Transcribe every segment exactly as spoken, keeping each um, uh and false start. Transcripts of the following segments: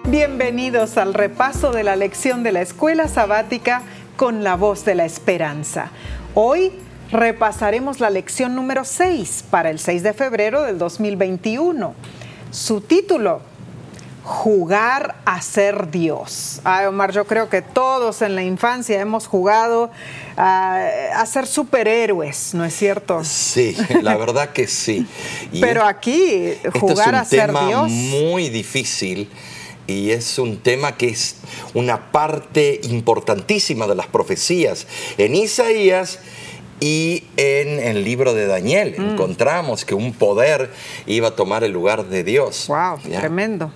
Bienvenidos al repaso de la lección de la Escuela Sabática con la Voz de la Esperanza. Hoy repasaremos la lección número seis para el seis de febrero del dos mil veintiuno. Su título: Jugar a ser Dios. Ay, Omar, yo creo que todos en la infancia hemos jugado a, a ser superhéroes, ¿no es cierto? Sí, la verdad que sí. Y Pero aquí, jugar a ser Dios. Este es un tema muy difícil y es un tema que es una parte importantísima de las profecías. En Isaías y en el libro de Daniel mm. encontramos que un poder iba a tomar el lugar de Dios. ¡Wow! ¿Ya? Tremendo.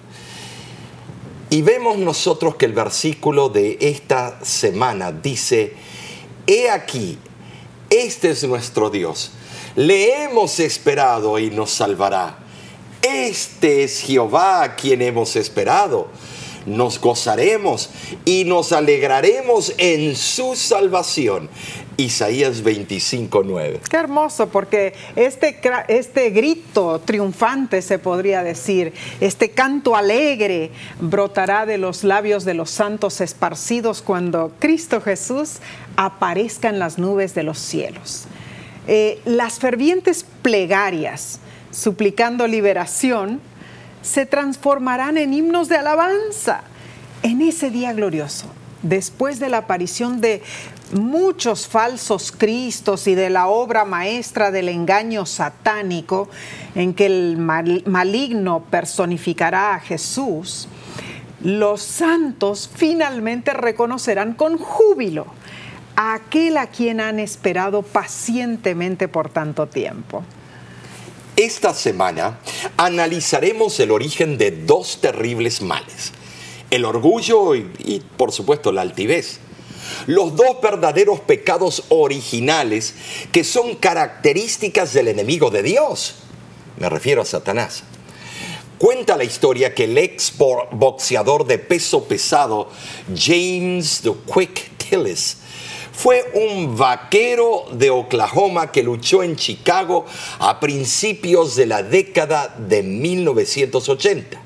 Y vemos nosotros que el versículo de esta semana dice: He aquí, este es nuestro Dios, le hemos esperado y nos salvará. Este es Jehová a quien hemos esperado. Nos gozaremos y nos alegraremos en su salvación. Isaías veinticinco, nueve. Qué hermoso, porque este, este grito triunfante, se podría decir, este canto alegre, brotará de los labios de los santos esparcidos cuando Cristo Jesús aparezca en las nubes de los cielos. Eh, las fervientes plegarias, suplicando liberación, se transformarán en himnos de alabanza en ese día glorioso, después de la aparición de muchos falsos cristos y de la obra maestra del engaño satánico, en que el mal, maligno personificará a Jesús. Los santos finalmente reconocerán con júbilo a aquel a quien han esperado pacientemente por tanto tiempo. Esta semana analizaremos el origen de dos terribles males: el orgullo y, y, por supuesto, la altivez. Los dos verdaderos pecados originales que son características del enemigo de Dios. Me refiero a Satanás. Cuenta la historia que el ex boxeador de peso pesado James the Quick Tillis fue un vaquero de Oklahoma que luchó en Chicago a principios de la década de mil novecientos ochenta.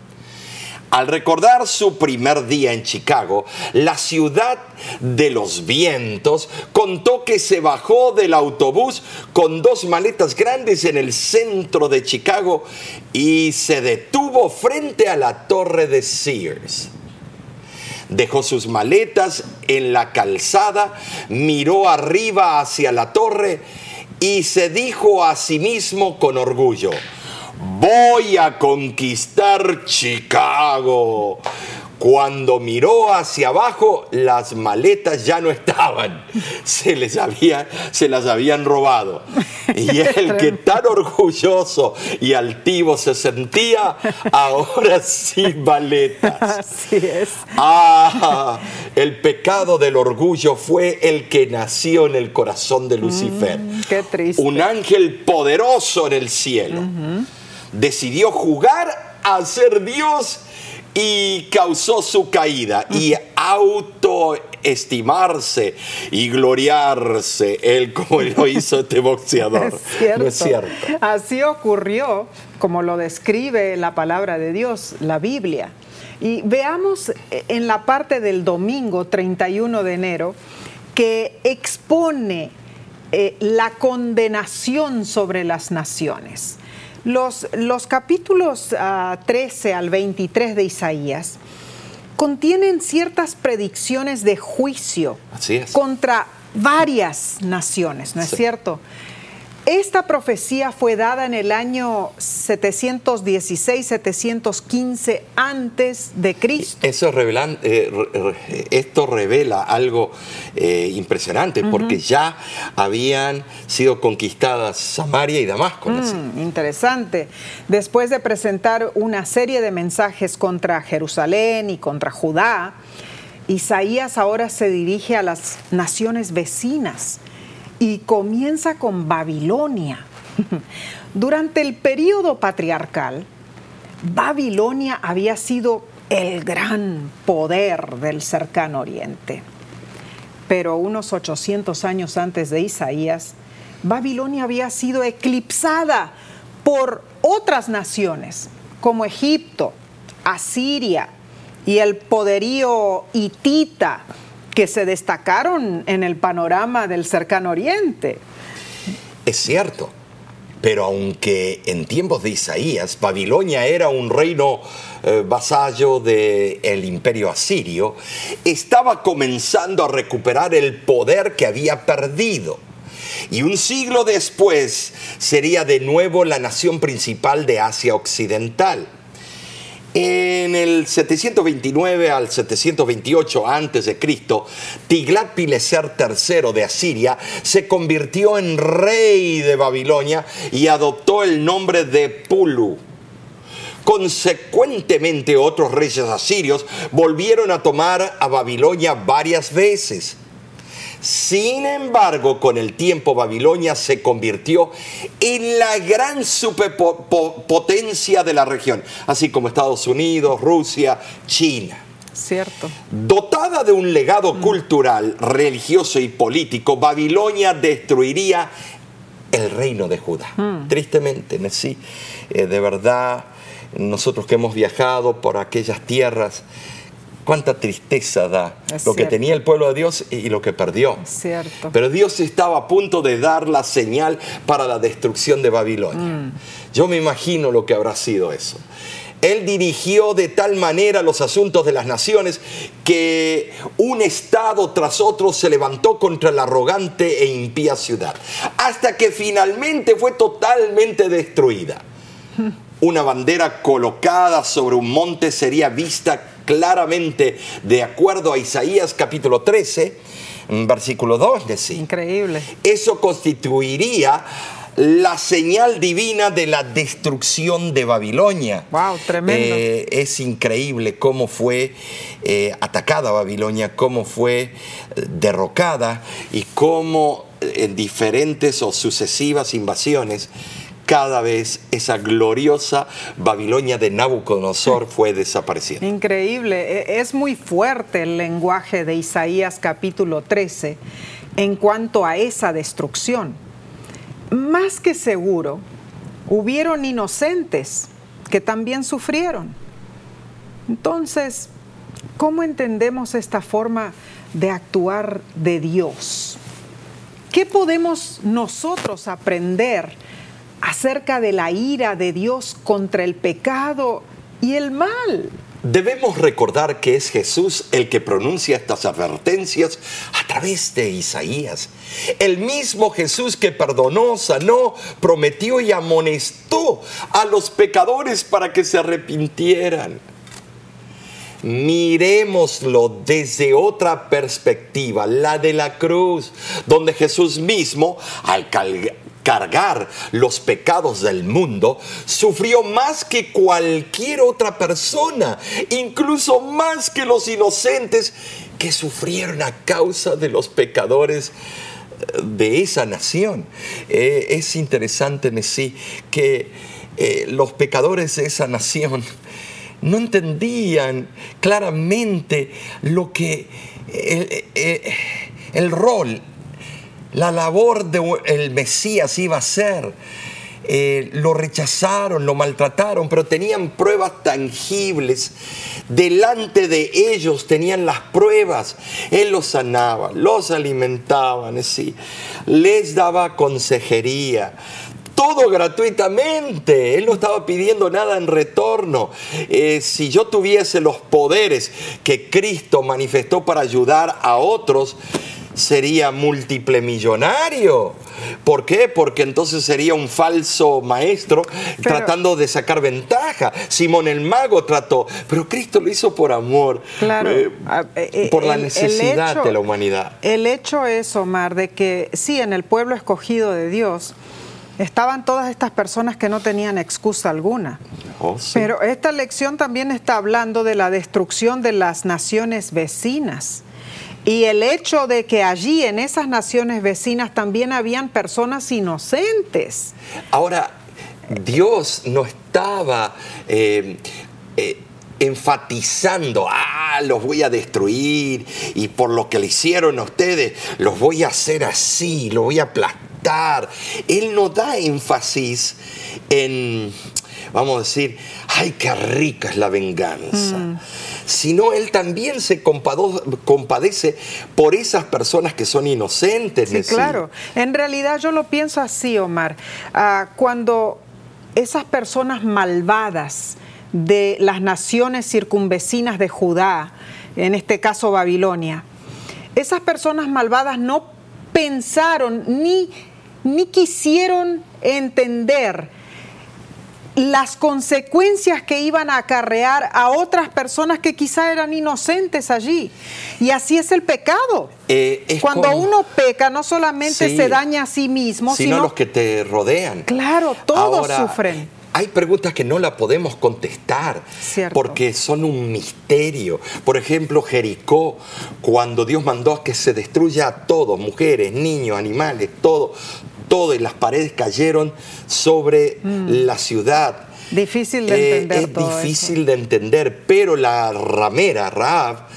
Al recordar su primer día en Chicago, la ciudad de los vientos contó que se bajó del autobús con dos maletas grandes en el centro de Chicago y se detuvo frente a la torre de Sears. Dejó sus maletas en la calzada, miró arriba hacia la torre y se dijo a sí mismo con orgullo: voy a conquistar Chicago. Cuando miró hacia abajo, las maletas ya no estaban. Se les había, se las habían robado. Y él, que tan orgulloso y altivo se sentía, ahora sin maletas. Así es. Ah, el pecado del orgullo fue el que nació en el corazón de Lucifer. Mm, qué triste. Un ángel poderoso en el cielo. Uh-huh. Decidió jugar a ser Dios y causó su caída. Y autoestimarse y gloriarse, él como lo hizo este boxeador. Es cierto. ¿No es cierto? Así ocurrió, como lo describe la palabra de Dios, la Biblia. Y veamos en la parte del domingo treinta y uno de enero que expone eh, la condenación sobre las naciones. Los, los capítulos uh, trece al veintitrés de Isaías contienen ciertas predicciones de juicio Así es. contra varias naciones, ¿no es sí. cierto? Esta profecía fue dada en el año setecientos dieciséis, setecientos quince antes de Cristo. Eso revelan, eh, re, esto revela algo eh, impresionante, uh-huh. porque ya habían sido conquistadas Samaria y Damasco. Mm, interesante. Después de presentar una serie de mensajes contra Jerusalén y contra Judá, Isaías ahora se dirige a las naciones vecinas y comienza con Babilonia. Durante el período patriarcal, Babilonia había sido el gran poder del cercano oriente. Pero unos ochocientos años antes de Isaías, Babilonia había sido eclipsada por otras naciones, como Egipto, Asiria, y el poderío hitita que se destacaron en el panorama del cercano oriente. Es cierto, pero aunque en tiempos de Isaías Babilonia era un reino eh, vasallo del imperio asirio, estaba comenzando a recuperar el poder que había perdido. Y un siglo después sería de nuevo la nación principal de Asia Occidental. En el setecientos veintinueve al setecientos veintiocho antes de Cristo, Tiglat-Pileser tercero de Asiria se convirtió en rey de Babilonia y adoptó el nombre de Pulu. Consecuentemente, otros reyes asirios volvieron a tomar a Babilonia varias veces. Sin embargo, con el tiempo Babilonia se convirtió en la gran superpotencia de la región, así como Estados Unidos, Rusia, China. Cierto. Dotada de un legado mm. cultural, religioso y político, Babilonia destruiría el reino de Judá. Mm. Tristemente, sí, eh, de verdad, nosotros que hemos viajado por aquellas tierras, cuánta tristeza da es lo cierto. Que tenía el pueblo de Dios y lo que perdió. Es cierto. Pero Dios estaba a punto de dar la señal para la destrucción de Babilonia. Mm. Yo me imagino lo que habrá sido eso. Él dirigió de tal manera los asuntos de las naciones que un estado tras otro se levantó contra la arrogante e impía ciudad, hasta que finalmente fue totalmente destruida. Una bandera colocada sobre un monte sería vista claramente de acuerdo a Isaías capítulo trece, versículo dos. Decía. Increíble. Eso constituiría la señal divina de la destrucción de Babilonia. Wow, tremendo. Eh, es increíble cómo fue eh, atacada Babilonia, cómo fue derrocada y cómo en diferentes o sucesivas invasiones cada vez esa gloriosa Babilonia de Nabucodonosor fue desapareciendo. Increíble, es muy fuerte el lenguaje de Isaías capítulo trece en cuanto a esa destrucción. Más que seguro, hubieron inocentes que también sufrieron. Entonces, ¿cómo entendemos esta forma de actuar de Dios? ¿Qué podemos nosotros aprender acerca de la ira de Dios contra el pecado y el mal? Debemos recordar que es Jesús el que pronuncia estas advertencias a través de Isaías. El mismo Jesús que perdonó, sanó, prometió y amonestó a los pecadores para que se arrepintieran. Miremoslo desde otra perspectiva, la de la cruz, donde Jesús mismo, al cargar cargar los pecados del mundo, sufrió más que cualquier otra persona, incluso más que los inocentes que sufrieron a causa de los pecadores de esa nación. Eh, es interesante, Nesí, que eh, los pecadores de esa nación no entendían claramente lo que el, el, el rol, la labor del Mesías iba a ser. Eh, lo rechazaron, lo maltrataron, pero tenían pruebas tangibles. Delante de ellos tenían las pruebas. Él los sanaba, los alimentaba, ¿sí? Les daba consejería. Todo gratuitamente. Él no estaba pidiendo nada en retorno. Eh, si yo tuviese los poderes que Cristo manifestó para ayudar a otros, sería múltiple millonario. ¿Por qué? Porque entonces sería un falso maestro pero, tratando de sacar ventaja. Simón el mago trató, pero Cristo lo hizo por amor, claro, eh, eh, por el, la necesidad el hecho, de la humanidad. El hecho es, Omar, de que sí, en el pueblo escogido de Dios estaban todas estas personas que no tenían excusa alguna. Oh, sí. Pero esta lección también está hablando de la destrucción de las naciones vecinas. Y el hecho de que allí, en esas naciones vecinas, también habían personas inocentes. Ahora, Dios no estaba eh, eh, enfatizando, ah, los voy a destruir y por lo que le hicieron a ustedes, los voy a hacer así, los voy a aplastar. matar. Él no da énfasis en, vamos a decir, ay, qué rica es la venganza. Mm. Sino él también se compadece por esas personas que son inocentes. Sí, claro. En realidad yo lo pienso así, Omar. Uh, cuando esas personas malvadas de las naciones circunvecinas de Judá, en este caso Babilonia, esas personas malvadas no pensaron ni, ni quisieron entender las consecuencias que iban a acarrear a otras personas que quizá eran inocentes allí. Y así es el pecado. Eh, Cuando como... uno peca, no solamente sí, se daña a sí mismo, sino, sino los que te rodean. Claro, todos Ahora, sufren. Hay preguntas que no la podemos contestar. Cierto. Porque son un misterio. Por ejemplo, Jericó, cuando Dios mandó a que se destruya a todos, mujeres, niños, animales, todo, todo, y las paredes cayeron sobre mm. la ciudad. Difícil de entender. Eh, es todo difícil eso. de entender, pero la ramera, Rahab,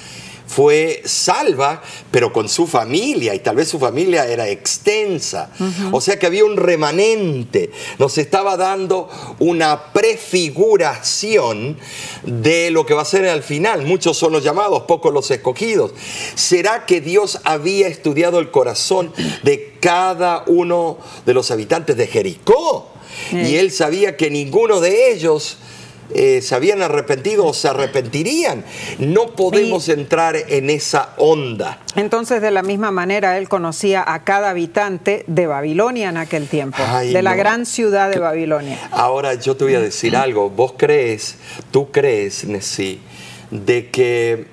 fue salva, pero con su familia, y tal vez su familia era extensa. Uh-huh. O sea que había un remanente. Nos estaba dando una prefiguración de lo que va a ser al final. Muchos son los llamados, pocos los escogidos. ¿Será que Dios había estudiado el corazón de cada uno de los habitantes de Jericó? Sí. Y él sabía que ninguno de ellos Eh, se habían arrepentido o se arrepentirían. No podemos y, entrar en esa onda. Entonces, de la misma manera, él conocía a cada habitante de Babilonia en aquel tiempo, Ay, de la no. gran ciudad de Babilonia. Ahora yo te voy a decir algo. Vos crees, tú crees, Nesí, de que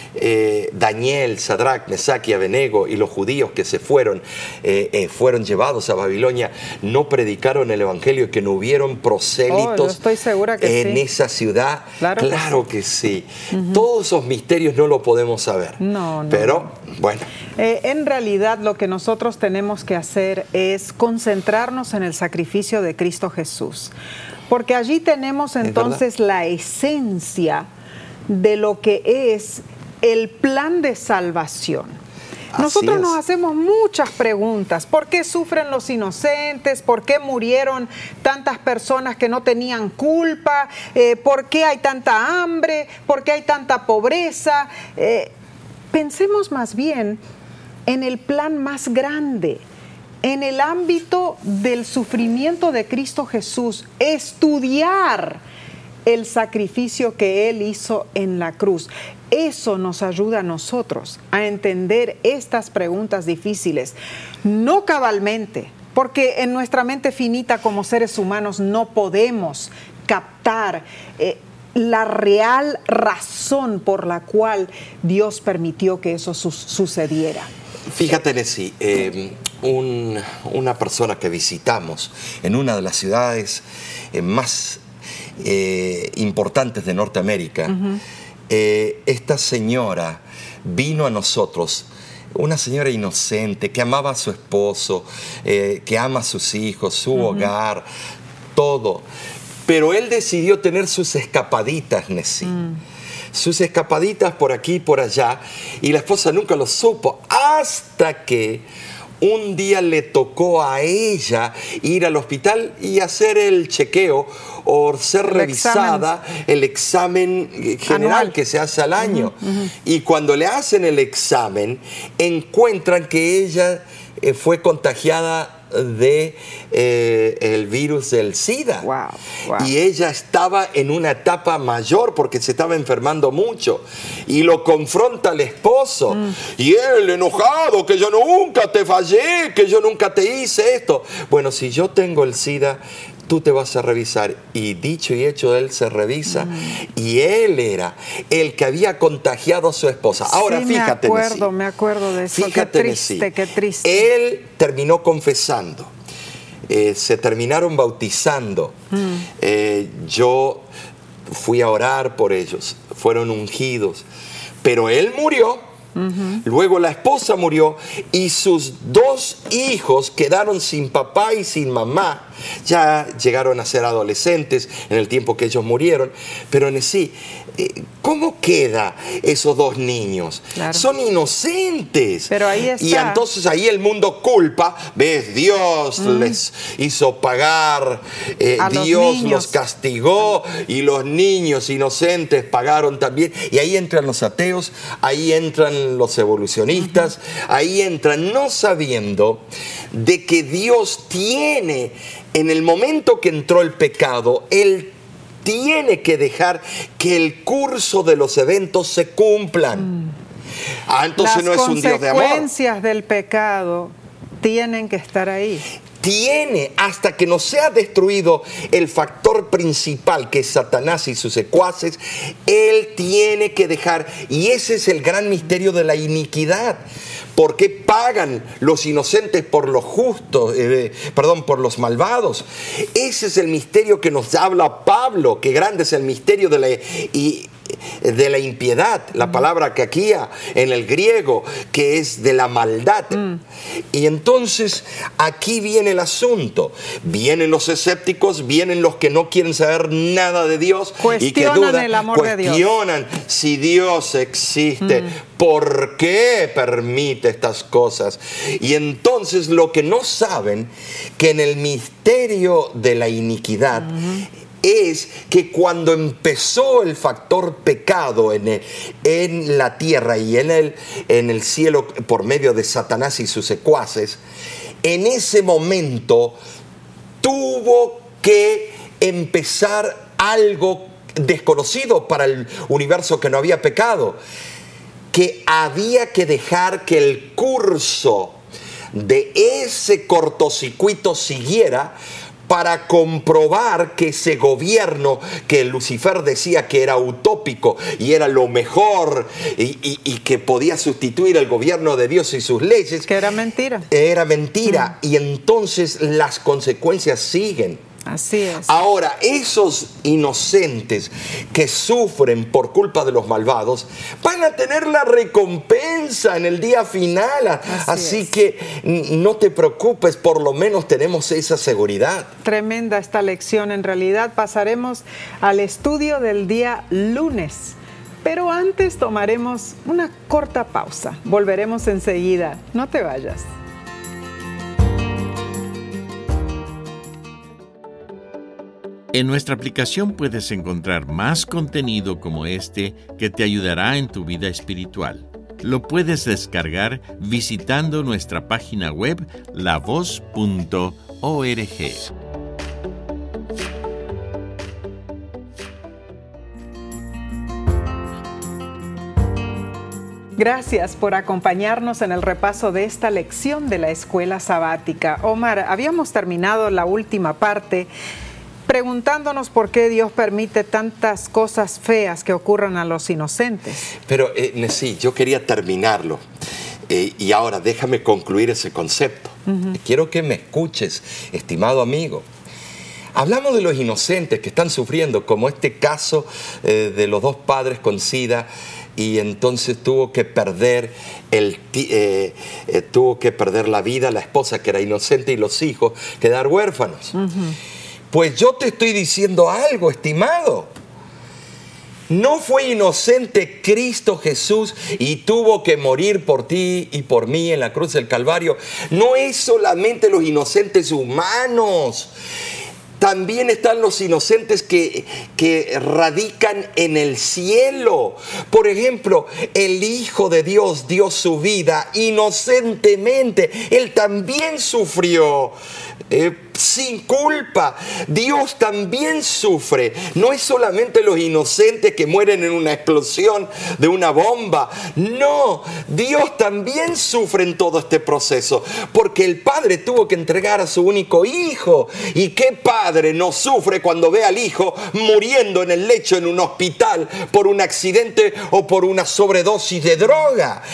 Eh, Daniel, Sadrach, Mesach y Abednego y los judíos que se fueron, eh, eh, fueron llevados a Babilonia, no predicaron el evangelio y que no hubieron prosélitos oh, estoy segura que en sí. esa ciudad. Claro, claro que sí. Que sí. Uh-huh. Todos esos misterios no lo podemos saber. No, no. Pero, bueno. Eh, en realidad lo que nosotros tenemos que hacer es concentrarnos en el sacrificio de Cristo Jesús. Porque allí tenemos entonces la esencia de lo que es el plan de salvación. Nosotros nos hacemos muchas preguntas. ¿Por qué sufren los inocentes? ¿Por qué murieron tantas personas que no tenían culpa? Eh, ¿Por qué hay tanta hambre? ¿Por qué hay tanta pobreza? Eh, pensemos más bien en el plan más grande, en el ámbito del sufrimiento de Cristo Jesús, estudiar el sacrificio que Él hizo en la cruz. Eso nos ayuda a nosotros a entender estas preguntas difíciles, no cabalmente, porque en nuestra mente finita como seres humanos no podemos captar eh, la real razón por la cual Dios permitió que eso su- sucediera. Fíjate, Nesí, eh, un, una persona que visitamos en una de las ciudades eh, más eh, importantes de Norteamérica, uh-huh. eh, esta señora vino a nosotros, una señora inocente que amaba a su esposo, eh, que ama a sus hijos, su uh-huh. hogar, todo. Pero él decidió tener sus escapaditas, Nesí. Mm. Sus escapaditas por aquí y por allá, y la esposa nunca lo supo, hasta que un día le tocó a ella ir al hospital y hacer el chequeo o ser el revisada, examen. el examen general anual que se hace al año. Uh-huh, uh-huh. Y cuando le hacen el examen, encuentran que ella eh, fue contagiada de eh, el virus del SIDA. Wow, wow. Y ella estaba en una etapa mayor porque se estaba enfermando mucho. Y lo confronta al esposo. Mm. Y él enojado, que yo nunca te fallé, que yo nunca te hice esto. Bueno, si yo tengo el SIDA, tú te vas a revisar. Y dicho y hecho, él se revisa. Mm. Y él era el que había contagiado a su esposa. Ahora, sí, fíjate, me acuerdo, Nesí. me acuerdo de eso. Fíjate, qué triste, Nesí. qué triste. Él terminó confesando. Eh, se terminaron bautizando. Mm. Eh, yo fui a orar por ellos. Fueron ungidos. Pero él murió Uh-huh. Luego la esposa murió y sus dos hijos quedaron sin papá y sin mamá. Ya llegaron a ser adolescentes en el tiempo que ellos murieron. Pero en sí, ¿cómo queda esos dos niños? Claro. Son inocentes. Pero ahí está. Y entonces ahí el mundo culpa. ¿Ves? Dios mm. les hizo pagar. Eh, Dios los, los castigó. Y los niños inocentes pagaron también. Y ahí entran los ateos. Ahí entran los evolucionistas. Uh-huh. Ahí entran no sabiendo de que Dios tiene, en el momento que entró el pecado, Él tiene que dejar que el curso de los eventos se cumplan. Mm. Ah, entonces Las no es un Dios de amor. Las consecuencias del pecado tienen que estar ahí. Tiene, hasta que no sea destruido el factor principal, que es Satanás y sus secuaces, Él tiene que dejar, y ese es el gran misterio de la iniquidad. ¿Por qué pagan los inocentes por los justos, eh, perdón, por los malvados? Ese es el misterio que nos habla Pablo, que grande es el misterio de la, y, de la impiedad, la palabra caquía en el griego, que es de la maldad. Mm. Y entonces aquí viene el asunto. Vienen los escépticos, vienen los que no quieren saber nada de Dios y que dudan, el amor cuestionan de Dios. Si Dios existe, mm. ¿por qué permite estas cosas? Y entonces lo que no saben, que en el misterio de la iniquidad, mm. es que cuando empezó el factor pecado en, el, en la tierra y en el, en el cielo por medio de Satanás y sus secuaces, en ese momento tuvo que empezar algo desconocido para el universo que no había pecado, que había que dejar que el curso de ese cortocircuito siguiera, para comprobar que ese gobierno que Lucifer decía que era utópico y era lo mejor y, y, y que podía sustituir el gobierno de Dios y sus leyes, que era mentira. Era mentira. Mm. Y entonces las consecuencias siguen. Así es. Ahora, esos inocentes que sufren por culpa de los malvados van a tener la recompensa en el día final. Así, Así que no te preocupes, por lo menos tenemos esa seguridad. Tremenda esta lección. En realidad pasaremos al estudio del día lunes. Pero antes tomaremos una corta pausa. Volveremos enseguida. No te vayas. En nuestra aplicación puedes encontrar más contenido como este que te ayudará en tu vida espiritual. Lo puedes descargar visitando nuestra página web la voz punto org. Gracias por acompañarnos en el repaso de esta lección de la escuela sabática. Omar, habíamos terminado la última parte preguntándonos por qué Dios permite tantas cosas feas que ocurran a los inocentes. Pero, eh, sí, yo quería terminarlo. Eh, y ahora déjame concluir ese concepto. Uh-huh. Quiero que me escuches, estimado amigo. Hablamos de los inocentes que están sufriendo, como este caso eh, de los dos padres con SIDA, y entonces tuvo que perder el eh, eh, tuvo que perder la vida la esposa, que era inocente, y los hijos quedar huérfanos. Uh-huh. Pues yo te estoy diciendo algo, estimado. ¿No fue inocente Cristo Jesús y tuvo que morir por ti y por mí en la cruz del Calvario? No es solamente los inocentes humanos. También están los inocentes que, que radican en el cielo. Por ejemplo, el Hijo de Dios dio su vida inocentemente. Él también sufrió eh, sin culpa. Dios también sufre. No es solamente los inocentes que mueren en una explosión de una bomba. No, Dios también sufre en todo este proceso, porque el Padre tuvo que entregar a su único Hijo. ¿Y qué padre no sufre cuando ve al hijo muriendo en el lecho en un hospital por un accidente o por una sobredosis de droga?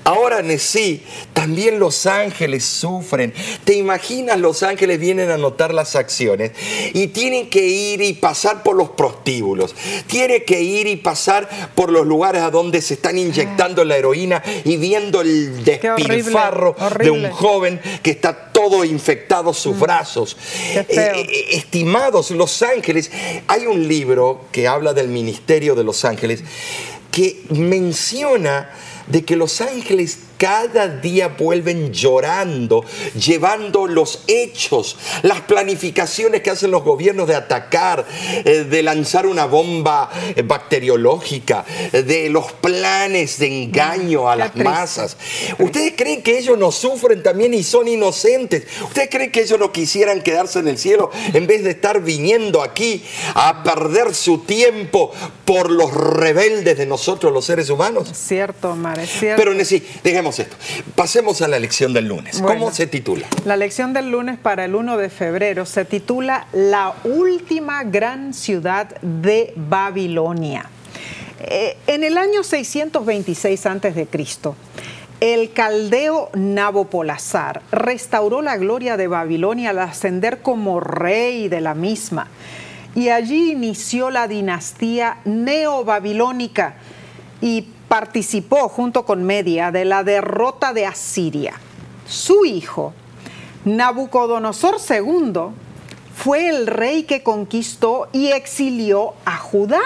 Ahora, Nesí, también los ángeles sufren. ¿Te imaginas? Los ángeles vienen a notar las acciones y tienen que ir y pasar por los prostíbulos. Tienen que ir y pasar por los lugares a donde se están inyectando la heroína y viendo el despilfarro horrible, horrible. de un joven que está todo infectado sus mm. brazos. Eh, estimados, los ángeles, hay un libro que habla del ministerio de los ángeles que menciona de que los ángeles cada día vuelven llorando, llevando los hechos, las planificaciones que hacen los gobiernos de atacar, eh, de lanzar una bomba eh, bacteriológica, eh, de los planes de engaño a las masas. ¿Ustedes creen que ellos no sufren también y son inocentes? ¿Ustedes creen que ellos no quisieran quedarse en el cielo en vez de estar viniendo aquí a perder su tiempo por los rebeldes de nosotros los seres humanos? Es cierto, Omar, es cierto. Pero sí, dejemos esto. Pasemos a la lección del lunes. Bueno, ¿cómo se titula? La lección del lunes para el primero de febrero se titula La última gran ciudad de Babilonia. Eh, en el año seiscientos veintiséis antes de Cristo, el caldeo Nabopolassar restauró la gloria de Babilonia al ascender como rey de la misma. Y allí inició la dinastía neobabilónica y participó junto con Media de la derrota de Asiria. Su hijo, Nabucodonosor segundo, fue el rey que conquistó y exilió a Judá.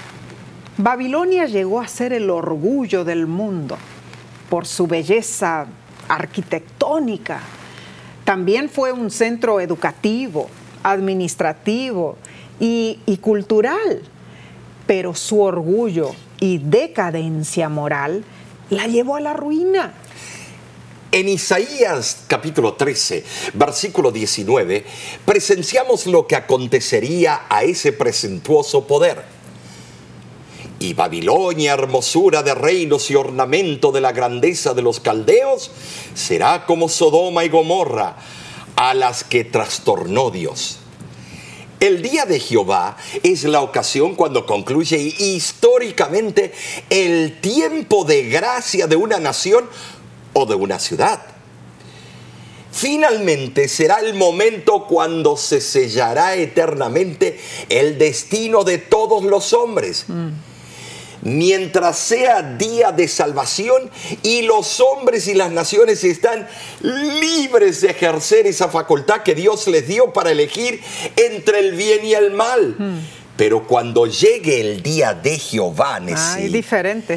Babilonia llegó a ser el orgullo del mundo por su belleza arquitectónica. También fue un centro educativo, administrativo y, y cultural, pero su orgullo y decadencia moral la llevó a la ruina. En Isaías capítulo trece, versículo diecinueve, presenciamos lo que acontecería a ese presuntuoso poder. Y Babilonia, hermosura de reinos y ornamento de la grandeza de los caldeos, será como Sodoma y Gomorra, a las que trastornó Dios. El día de Jehová es la ocasión cuando concluye históricamente el tiempo de gracia de una nación o de una ciudad. Finalmente será el momento cuando se sellará eternamente el destino de todos los hombres. Mm. Mientras sea día de salvación y los hombres y las naciones están libres de ejercer esa facultad que Dios les dio para elegir entre el bien y el mal. Mm. Pero cuando llegue el día de Jehová, Nesí, ah, es diferente.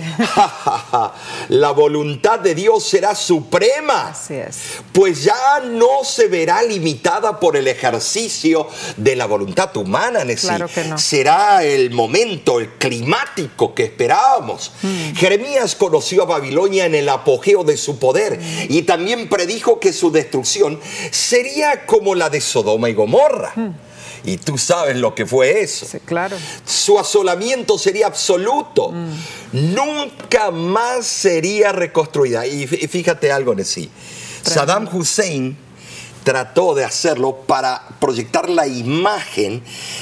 La voluntad de Dios será suprema. Así es. Pues ya no se verá limitada por el ejercicio de la voluntad humana, Nesí. Claro que no. Será el momento, el climático que esperábamos. Mm. Jeremías conoció a Babilonia en el apogeo de su poder mm. y también predijo que su destrucción sería como la de Sodoma y Gomorra. Mm. Y tú sabes lo que fue eso. Sí, claro. Su asolamiento sería absoluto. Mm. Nunca más sería reconstruida. Y fíjate algo, Nesí. Saddam Hussein trató de hacerlo para proyectar la imagen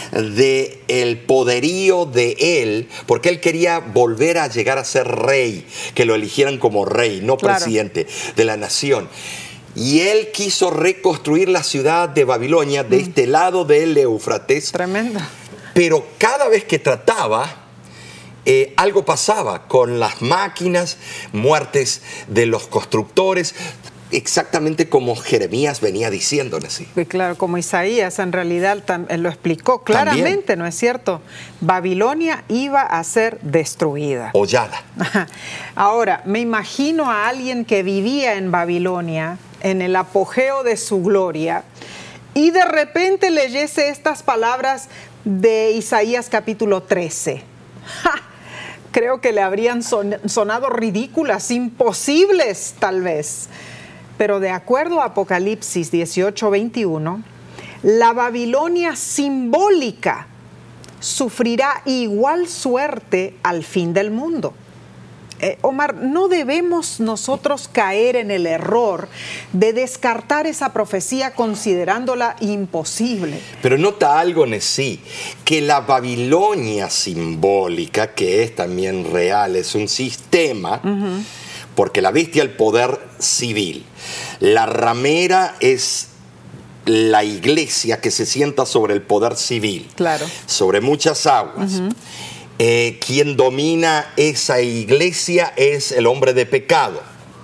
del poderío de él, porque él quería volver a llegar a ser rey, que lo eligieran como rey, no claro. presidente de la nación. Y él quiso reconstruir la ciudad de Babilonia de mm. este lado del Éufrates. Tremendo. Pero cada vez que trataba, eh, algo pasaba con las máquinas, muertes de los constructores, exactamente como Jeremías venía diciéndole así. Y claro, como Isaías en realidad lo explicó claramente, ¿también? ¿No es cierto? Babilonia iba a ser destruida. Hollada. Ahora, me imagino a alguien que vivía en Babilonia, en el apogeo de su gloria, y de repente leyese estas palabras de Isaías capítulo trece. ¡Ja! Creo que le habrían son, sonado ridículas, imposibles tal vez. Pero de acuerdo a Apocalipsis dieciocho veintiuno, la Babilonia simbólica sufrirá igual suerte al fin del mundo. Eh, Omar, no debemos nosotros caer en el error de descartar esa profecía considerándola imposible. Pero nota algo, Nesí, que la Babilonia simbólica, que es también real, es un sistema, uh-huh. porque la bestia es el poder civil. La ramera es la iglesia que se sienta sobre el poder civil, claro, sobre muchas aguas. Uh-huh. Eh, quien domina esa iglesia es el hombre de pecado.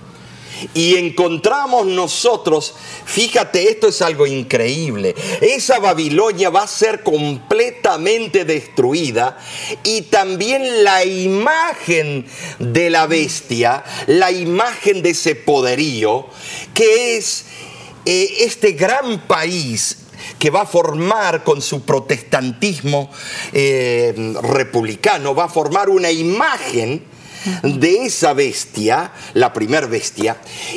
Y encontramos nosotros, fíjate, esto es algo increíble, esa Babilonia va a ser completamente destruida y también la imagen de la bestia, la imagen de ese poderío, que es eh, este gran país que va a formar con su protestantismo eh, republicano, va a formar una imagen de esa bestia, la primer bestia,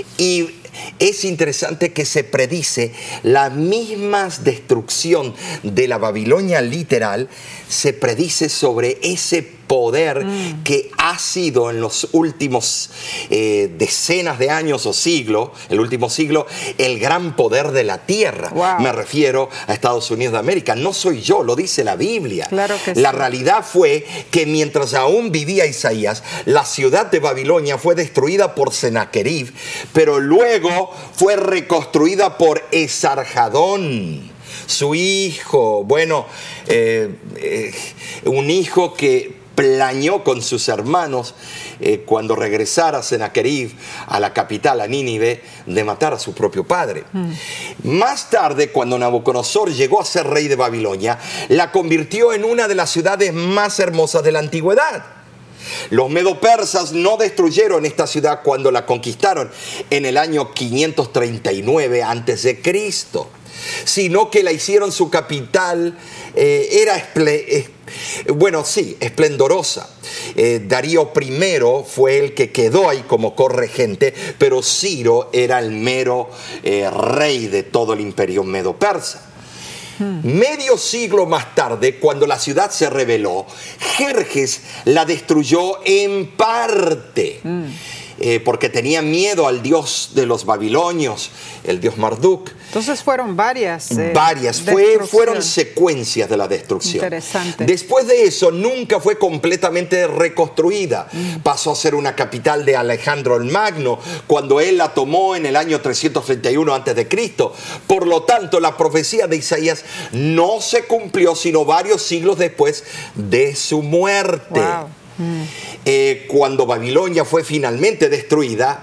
y es interesante que se predice la misma destrucción de la Babilonia literal, se predice sobre ese poder mm. que ha sido en los últimos eh, decenas de años o siglos, el último siglo, el gran poder de la tierra. Wow. Me refiero a Estados Unidos de América. No soy yo, lo dice la Biblia. Claro que la sí. realidad fue que mientras aún vivía Isaías, la ciudad de Babilonia fue destruida por Sennacherib, pero luego fue reconstruida por Esarhadón, su hijo. Bueno, eh, eh, un hijo que planeó con sus hermanos eh, cuando regresara Sennacherib a la capital, a Nínive, de matar a su propio padre. Mm. Más tarde, cuando Nabucodonosor llegó a ser rey de Babilonia, la convirtió en una de las ciudades más hermosas de la antigüedad. Los medo-persas no destruyeron esta ciudad cuando la conquistaron en el año quinientos treinta y nueve antes de Cristo, sino que la hicieron su capital. Eh, era esple- eh, bueno, sí, esplendorosa. Eh, Darío primero fue el que quedó ahí como corregente, pero Ciro era el mero eh, rey de todo el imperio medo-persa. Hmm. Medio siglo más tarde, cuando la ciudad se rebeló, Jerjes la destruyó en parte. Hmm. Eh, porque tenía miedo al dios de los babilonios, el dios Marduk. Entonces fueron varias. Eh, varias, fue, fueron secuencias de la destrucción. Interesante. Después de eso, nunca fue completamente reconstruida. Mm. Pasó a ser una capital de Alejandro el Magno, cuando él la tomó en el año trescientos treinta y uno antes de Cristo. Por lo tanto, la profecía de Isaías no se cumplió sino varios siglos después de su muerte. Wow. Mm. Eh, cuando Babilonia fue finalmente destruida,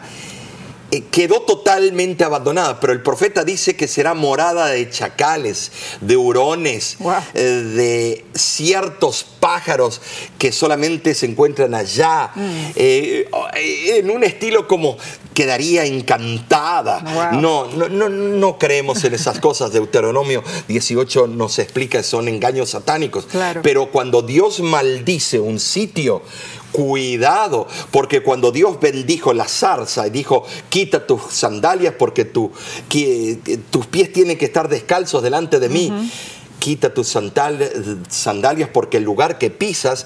eh, quedó totalmente abandonada, pero el profeta dice que será morada de chacales, de hurones, wow. eh, de ciertos pájaros que solamente se encuentran allá, mm. eh, en un estilo como quedaría encantada. Wow. No, no, no, no creemos en esas cosas. Deuteronomio dieciocho nos explica que son engaños satánicos. Claro. Pero cuando Dios maldice un sitio, cuidado, porque cuando Dios bendijo la zarza y dijo, quita tus sandalias porque tu, que, que, tus pies tienen que estar descalzos delante de mí, uh-huh. quita tus sandalias porque el lugar que pisas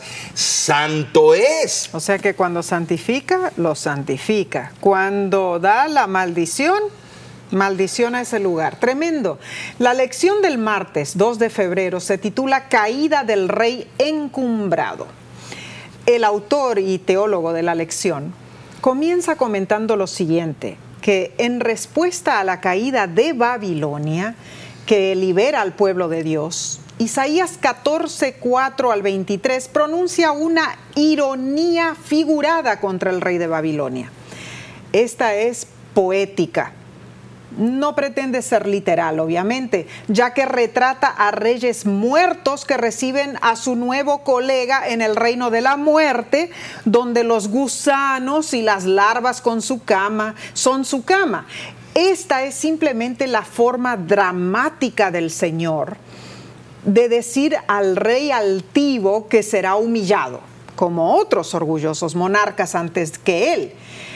santo es. O sea que cuando santifica, lo santifica. Cuando da la maldición, maldición a ese lugar. Tremendo. La lección del martes dos de febrero se titula Caída del rey encumbrado. El autor y teólogo de la lección comienza comentando lo siguiente, que en respuesta a la caída de Babilonia, que libera al pueblo de Dios, Isaías catorce, cuatro al veintitrés pronuncia una ironía figurada contra el rey de Babilonia. Esta es poética. No pretende ser literal, obviamente, ya que retrata a reyes muertos que reciben a su nuevo colega en el reino de la muerte, donde los gusanos y las larvas con su cama son su cama. Esta es simplemente la forma dramática del Señor de decir al rey altivo que será humillado, como otros orgullosos monarcas antes que él.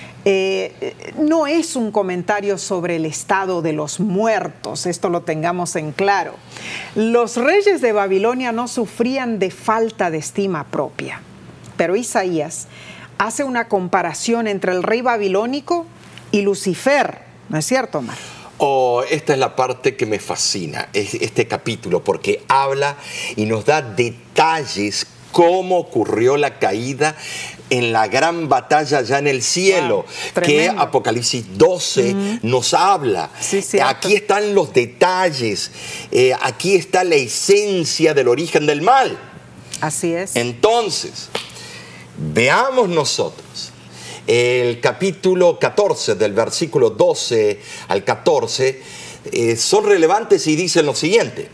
Eh, no es un comentario sobre el estado de los muertos, esto lo tengamos en claro. Los reyes de Babilonia no sufrían de falta de estima propia, pero Isaías hace una comparación entre el rey babilónico y Lucifer, ¿no es cierto, Omar? Oh, esta es la parte que me fascina, este capítulo, porque habla y nos da detalles cómo ocurrió la caída en la gran batalla ya en el cielo, wow, que Apocalipsis doce mm. nos habla. Sí, aquí están los detalles, eh, aquí está la esencia del origen del mal. Así es. Entonces, veamos nosotros el capítulo catorce, del versículo doce al catorce, eh, son relevantes y dicen lo siguiente.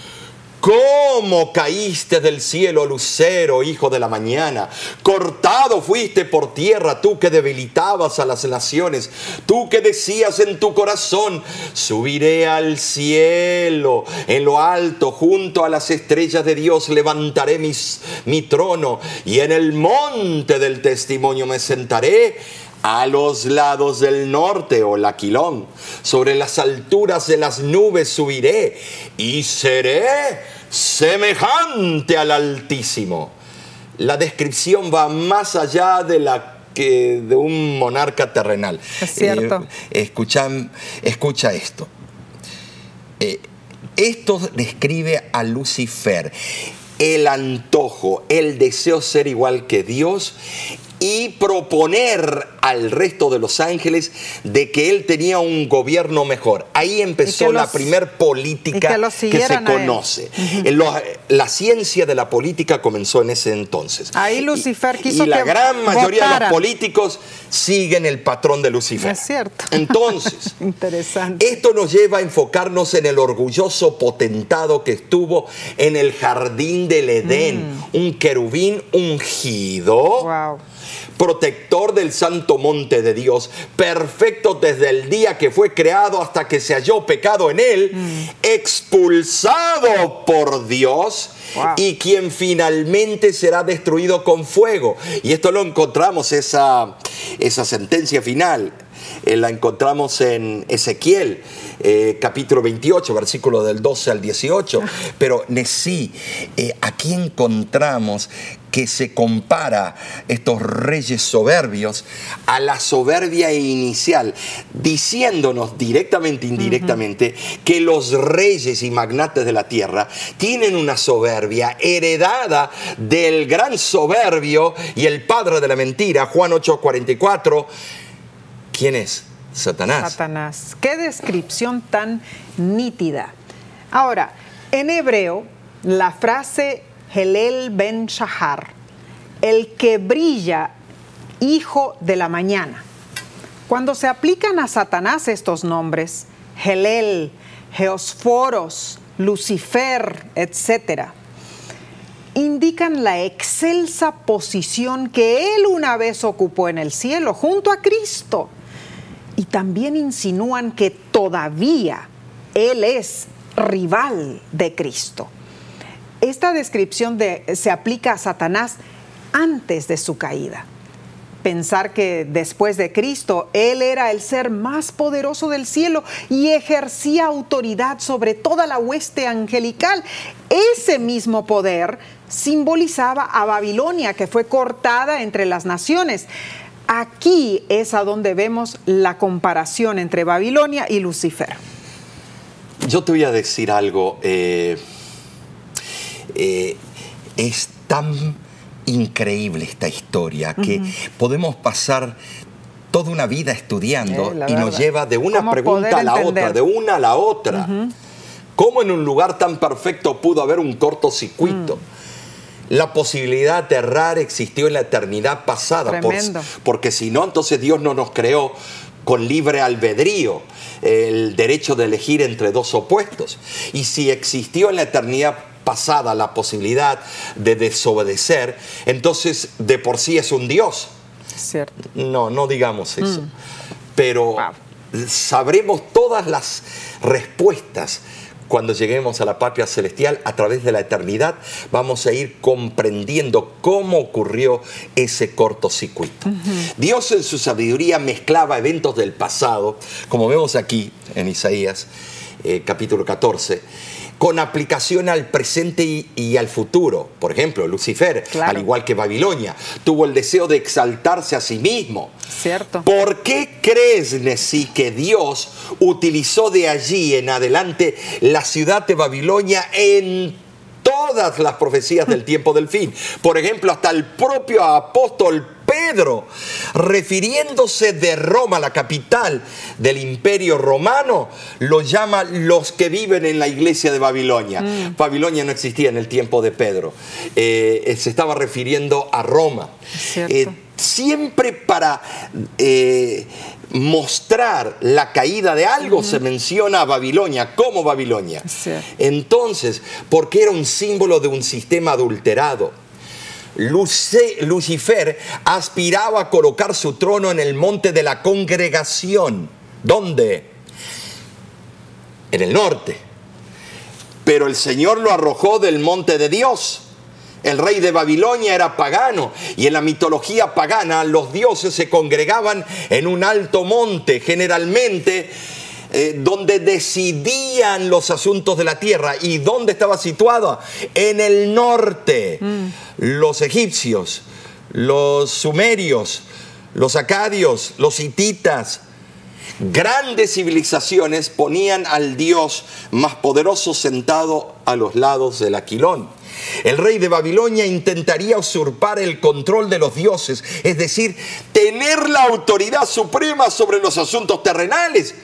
¿Cómo caíste del cielo, lucero, hijo de la mañana? Cortado fuiste por tierra, tú que debilitabas a las naciones, tú que decías en tu corazón, subiré al cielo, en lo alto, junto a las estrellas de Dios, levantaré mis, mi trono, y en el monte del testimonio me sentaré, a los lados del norte, o el aquilón, sobre las alturas de las nubes subiré, y seré semejante al Altísimo. La descripción va más allá de la que de un monarca terrenal. Es cierto. Eh, escucha, escucha esto. Eh, esto describe a Lucifer, el antojo, el deseo ser igual que Dios y proponer al resto de los ángeles de que él tenía un gobierno mejor. Ahí empezó los, la primer política que, que se conoce. Uh-huh. Lo, la ciencia de la política comenzó en ese entonces. Ahí Lucifer y, quiso y la que gran mayoría votaran. de los políticos siguen el patrón de Lucifer. Es cierto. Entonces, interesante. Esto nos lleva a enfocarnos en el orgulloso potentado que estuvo en el jardín del Edén, mm. un querubín ungido. Wow. Protector del santo monte de Dios, perfecto desde el día que fue creado hasta que se halló pecado en él, mm. expulsado por Dios, wow. y quien finalmente será destruido con fuego. Y esto lo encontramos, esa, esa sentencia final, eh, la encontramos en Ezequiel, eh, capítulo veintiocho, versículo del doce al dieciocho. Pero sí, eh, aquí encontramos que se compara estos reyes soberbios a la soberbia inicial, diciéndonos directamente e indirectamente uh-huh. que los reyes y magnates de la tierra tienen una soberbia heredada del gran soberbio y el padre de la mentira, Juan ocho cuarenta y cuatro. ¿Quién es? Satanás. Satanás. Qué descripción tan nítida. Ahora, en hebreo, la frase Helel ben Shahar, el que brilla, hijo de la mañana. Cuando se aplican a Satanás estos nombres, Helel, Geosforos, Lucifer, etcétera, indican la excelsa posición que él una vez ocupó en el cielo junto a Cristo. Y también insinúan que todavía él es rival de Cristo. Esta descripción de, se aplica a Satanás antes de su caída. Pensar que después de Cristo, él era el ser más poderoso del cielo y ejercía autoridad sobre toda la hueste angelical. Ese mismo poder simbolizaba a Babilonia, que fue cortada entre las naciones. Aquí es a donde vemos la comparación entre Babilonia y Lucifer. Yo te voy a decir algo. Eh... Eh, es tan increíble esta historia que uh-huh. podemos pasar toda una vida estudiando eh, y verdad. Nos lleva de una pregunta a la entender? otra, de una a la otra. Uh-huh. ¿Cómo en un lugar tan perfecto pudo haber un cortocircuito? Uh-huh. La posibilidad de errar existió en la eternidad pasada, por, porque si no, entonces Dios no nos creó con libre albedrío, el derecho de elegir entre dos opuestos. Y si existió en la eternidad pasada la posibilidad de desobedecer, entonces de por sí es un Dios. Cierto. No, no digamos eso. Mm. Pero wow. sabremos todas las respuestas cuando lleguemos a la patria celestial. A través de la eternidad vamos a ir comprendiendo cómo ocurrió ese cortocircuito. Uh-huh. Dios en su sabiduría mezclaba eventos del pasado, como vemos aquí en Isaías, eh, capítulo catorce, con aplicación al presente y, y al futuro. Por ejemplo, Lucifer, claro. al igual que Babilonia, tuvo el deseo de exaltarse a sí mismo. Cierto. ¿Por qué crees, Nesí, que Dios utilizó de allí en adelante la ciudad de Babilonia en toda todas las profecías del tiempo del fin. Por ejemplo, hasta el propio apóstol Pedro, refiriéndose de Roma, la capital del imperio romano, lo llama los que viven en la iglesia de Babilonia. Mm. Babilonia no existía en el tiempo de Pedro. Eh, se estaba refiriendo a Roma. Eh, siempre para eh, mostrar la caída de algo, uh-huh, se menciona a Babilonia como Babilonia. Entonces, porque era un símbolo de un sistema adulterado. Lucifer aspiraba a colocar su trono en el monte de la congregación. ¿Dónde? En el norte. Pero el Señor lo arrojó del monte de Dios. El rey de Babilonia era pagano, y en la mitología pagana los dioses se congregaban en un alto monte, generalmente Eh, donde decidían los asuntos de la tierra. ¿Y dónde estaba situado? En el norte. Mm. Los egipcios, los sumerios, los acadios, los hititas, grandes civilizaciones ponían al dios más poderoso sentado a los lados del aquilón. El rey de Babilonia intentaría usurpar el control de los dioses, es decir, tener la autoridad suprema sobre los asuntos terrenales.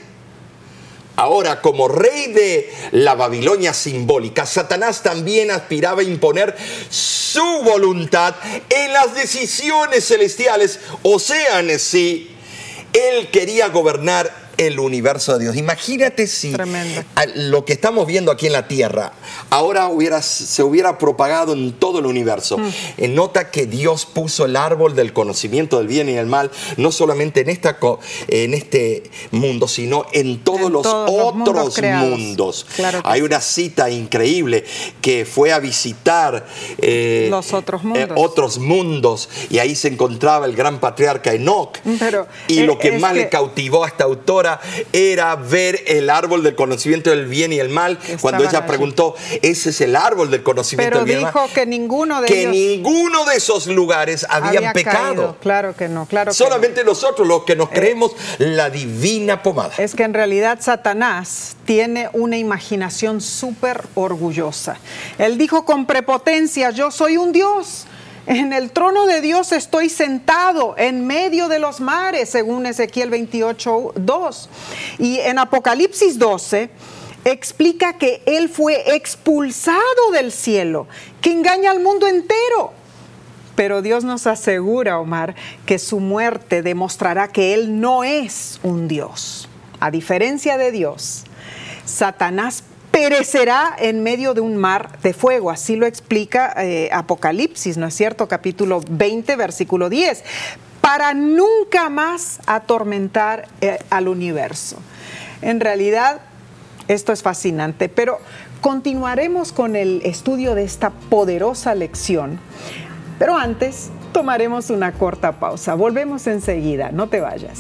Ahora, como rey de la Babilonia simbólica, Satanás también aspiraba a imponer su voluntad en las decisiones celestiales, o sea, en sí, él quería gobernar el universo de Dios. Imagínate si Tremendo. Lo que estamos viendo aquí en la Tierra ahora hubiera, se hubiera propagado en todo el universo. Mm. Nota que Dios puso el árbol del conocimiento del bien y del mal, no solamente en, esta, en este mundo, sino en todos en los todos otros los mundos. mundos. Claro Hay sí. una cita increíble que fue a visitar eh, los otros mundos. Eh, otros mundos, y ahí se encontraba el gran patriarca Enoc. Pero, y eh, lo que más que... le cautivó a esta autora era ver el árbol del conocimiento del bien y el mal. Cuando ella allí. preguntó, ese es el árbol del conocimiento Pero del bien y el mal. dijo que ninguno de que ellos ninguno de esos lugares habían había pecado. Caído. Claro que no, claro que Solamente no. nosotros, los que nos creemos eh, la divina pomada. Es que en realidad Satanás tiene una imaginación súper orgullosa. Él dijo con prepotencia, yo soy un Dios. En el trono de Dios estoy sentado en medio de los mares, según Ezequiel veintiocho, dos. Y en Apocalipsis doce explica que él fue expulsado del cielo, que engaña al mundo entero. Pero Dios nos asegura, Omar, que su muerte demostrará que él no es un Dios. A diferencia de Dios, Satanás perecerá en medio de un mar de fuego. Así lo explica eh, Apocalipsis, ¿no es cierto? Capítulo veinte, versículo diez. Para nunca más atormentar eh, al universo. En realidad, esto es fascinante, pero continuaremos con el estudio de esta poderosa lección. Pero antes, tomaremos una corta pausa. Volvemos enseguida, no te vayas.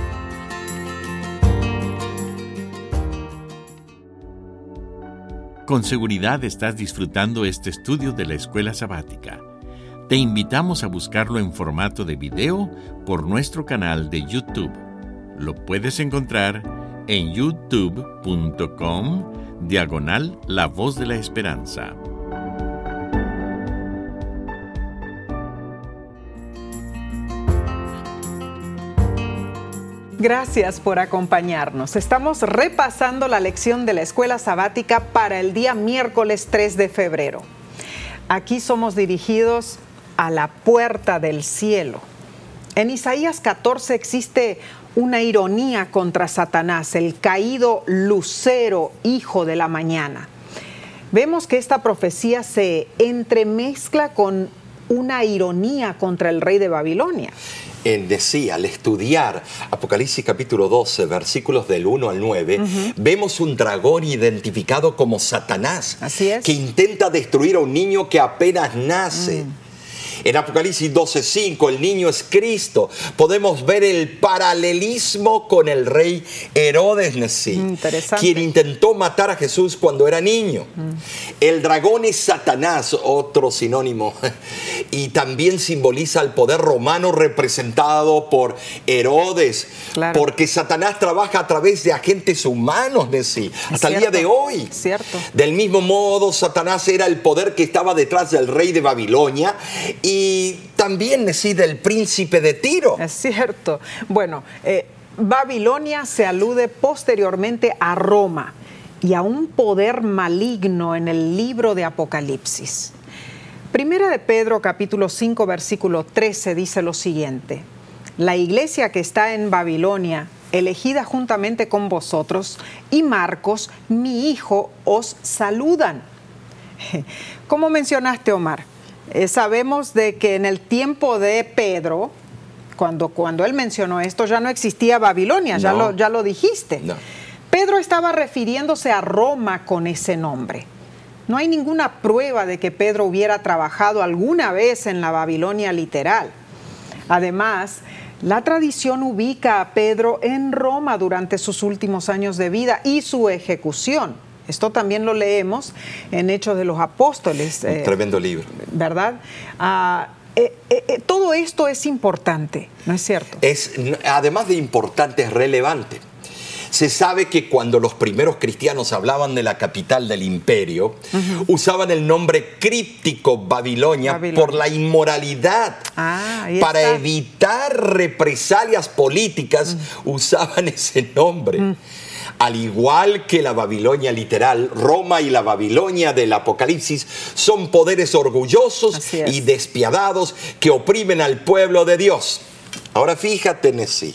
Con seguridad estás disfrutando este estudio de la Escuela Sabática. Te invitamos a buscarlo en formato de video por nuestro canal de YouTube. Lo puedes encontrar en youtube punto com diagonal La Voz de la Esperanza. Gracias por acompañarnos. Estamos repasando la lección de la Escuela Sabática para el día miércoles tres de febrero. Aquí somos dirigidos a la puerta del cielo. En Isaías catorce existe una ironía contra Satanás, el caído lucero, hijo de la mañana. Vemos que esta profecía se entremezcla con una ironía contra el rey de Babilonia. En decía, al estudiar Apocalipsis capítulo doce, versículos del uno al nueve, uh-huh. vemos un dragón identificado como Satanás. Así es. Que intenta destruir a un niño que apenas nace. Mm. En Apocalipsis doce cinco, el niño es Cristo. Podemos ver el paralelismo con el rey Herodes Nesí, quien intentó matar a Jesús cuando era niño. Mm. El dragón es Satanás, otro sinónimo, y también simboliza el poder romano representado por Herodes, claro. porque Satanás trabaja a través de agentes humanos, Nesí, hasta el día de hoy. Cierto. Del mismo modo, Satanás era el poder que estaba detrás del rey de Babilonia y también, Nesí, del príncipe de Tiro. Es cierto. Bueno, eh, Babilonia se alude posteriormente a Roma y a un poder maligno en el libro de Apocalipsis. Primera de Pedro, capítulo cinco, versículo trece, dice lo siguiente: la iglesia que está en Babilonia, elegida juntamente con vosotros, y Marcos, mi hijo, os saludan. Como mencionaste, Omar, eh, sabemos de que en el tiempo de Pedro, cuando, cuando él mencionó esto, ya no existía Babilonia, no. ya, lo, ya lo dijiste. No. Pedro estaba refiriéndose a Roma con ese nombre. No hay ninguna prueba de que Pedro hubiera trabajado alguna vez en la Babilonia literal. Además, la tradición ubica a Pedro en Roma durante sus últimos años de vida y su ejecución. Esto también lo leemos en Hechos de los Apóstoles. Un eh, tremendo libro. ¿Verdad? Uh, eh, eh, todo esto es importante, ¿no es cierto? Es, además de importante, es relevante. Se sabe que cuando los primeros cristianos hablaban de la capital del imperio, uh-huh. usaban el nombre críptico Babilonia, Babilonia. por la inmoralidad. Ah, Para está. evitar represalias políticas, uh-huh. usaban ese nombre. Uh-huh. Al igual que la Babilonia literal, Roma y la Babilonia del Apocalipsis son poderes orgullosos y despiadados que oprimen al pueblo de Dios. Ahora fíjate, Nesí.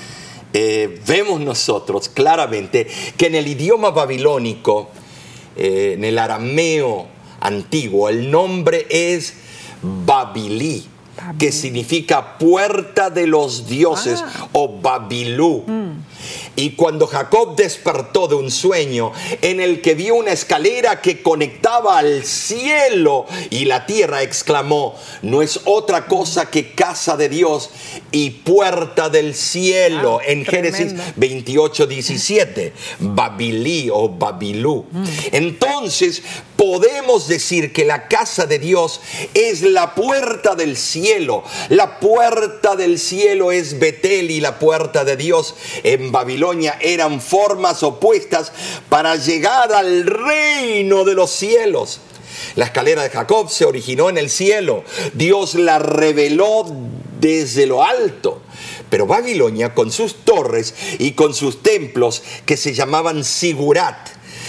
Eh, vemos nosotros claramente que en el idioma babilónico, eh, en el arameo antiguo, el nombre es Babili, Babil. que significa puerta de los dioses ah. o Babilú. Mm. Y cuando Jacob despertó de un sueño en el que vio una escalera que conectaba al cielo y la tierra, exclamó: no es otra cosa que casa de Dios y puerta del cielo. Ah, en tremendo. Génesis veintiocho, diecisiete, Babili o Babilú. Mm. Entonces podemos decir que la casa de Dios es la puerta del cielo. La puerta del cielo es Betel y la puerta de Dios en Babilonia eran formas opuestas para llegar al reino de los cielos. La escalera de Jacob se originó en el cielo. Dios la reveló desde lo alto. Pero Babilonia, con sus torres y con sus templos que se llamaban Sigurat,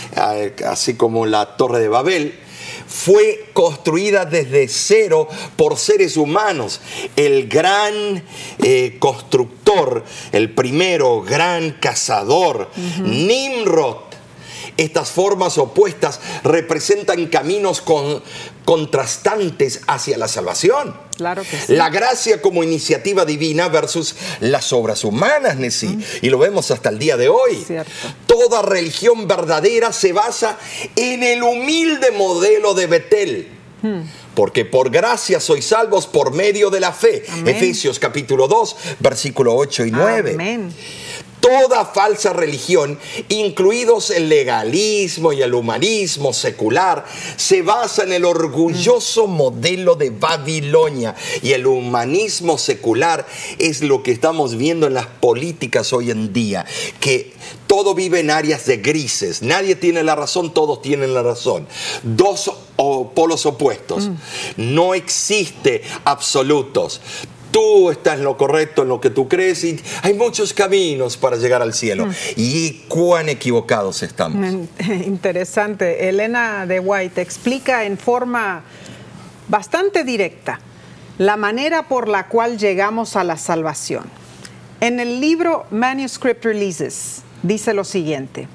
así como la Torre de Babel, fue construida desde cero por seres humanos. El gran eh, constructor, el primero gran cazador, uh-huh. Nimrod. Estas formas opuestas representan caminos con, contrastantes hacia la salvación. Claro que sí. La gracia como iniciativa divina versus las obras humanas, Nesí. Mm. Y lo vemos hasta el día de hoy. Cierto. Toda religión verdadera se basa en el humilde modelo de Betel. Mm. Porque por gracia sois salvos por medio de la fe. Amén. Efesios capítulo dos, versículo ocho y nueve. Amén. Toda falsa religión, incluidos el legalismo y el humanismo secular, se basa en el orgulloso modelo de Babilonia. Y el humanismo secular es lo que estamos viendo en las políticas hoy en día, que todo vive en áreas de grises. Nadie tiene la razón, todos tienen la razón. Dos o polos opuestos. Mm. No existe absolutos. Tú estás en lo correcto, en lo que tú crees, y hay muchos caminos para llegar al cielo. Mm. Y cuán equivocados estamos. Interesante. Elena de White explica en forma bastante directa la manera por la cual llegamos a la salvación. En el libro Manuscript Releases dice lo siguiente: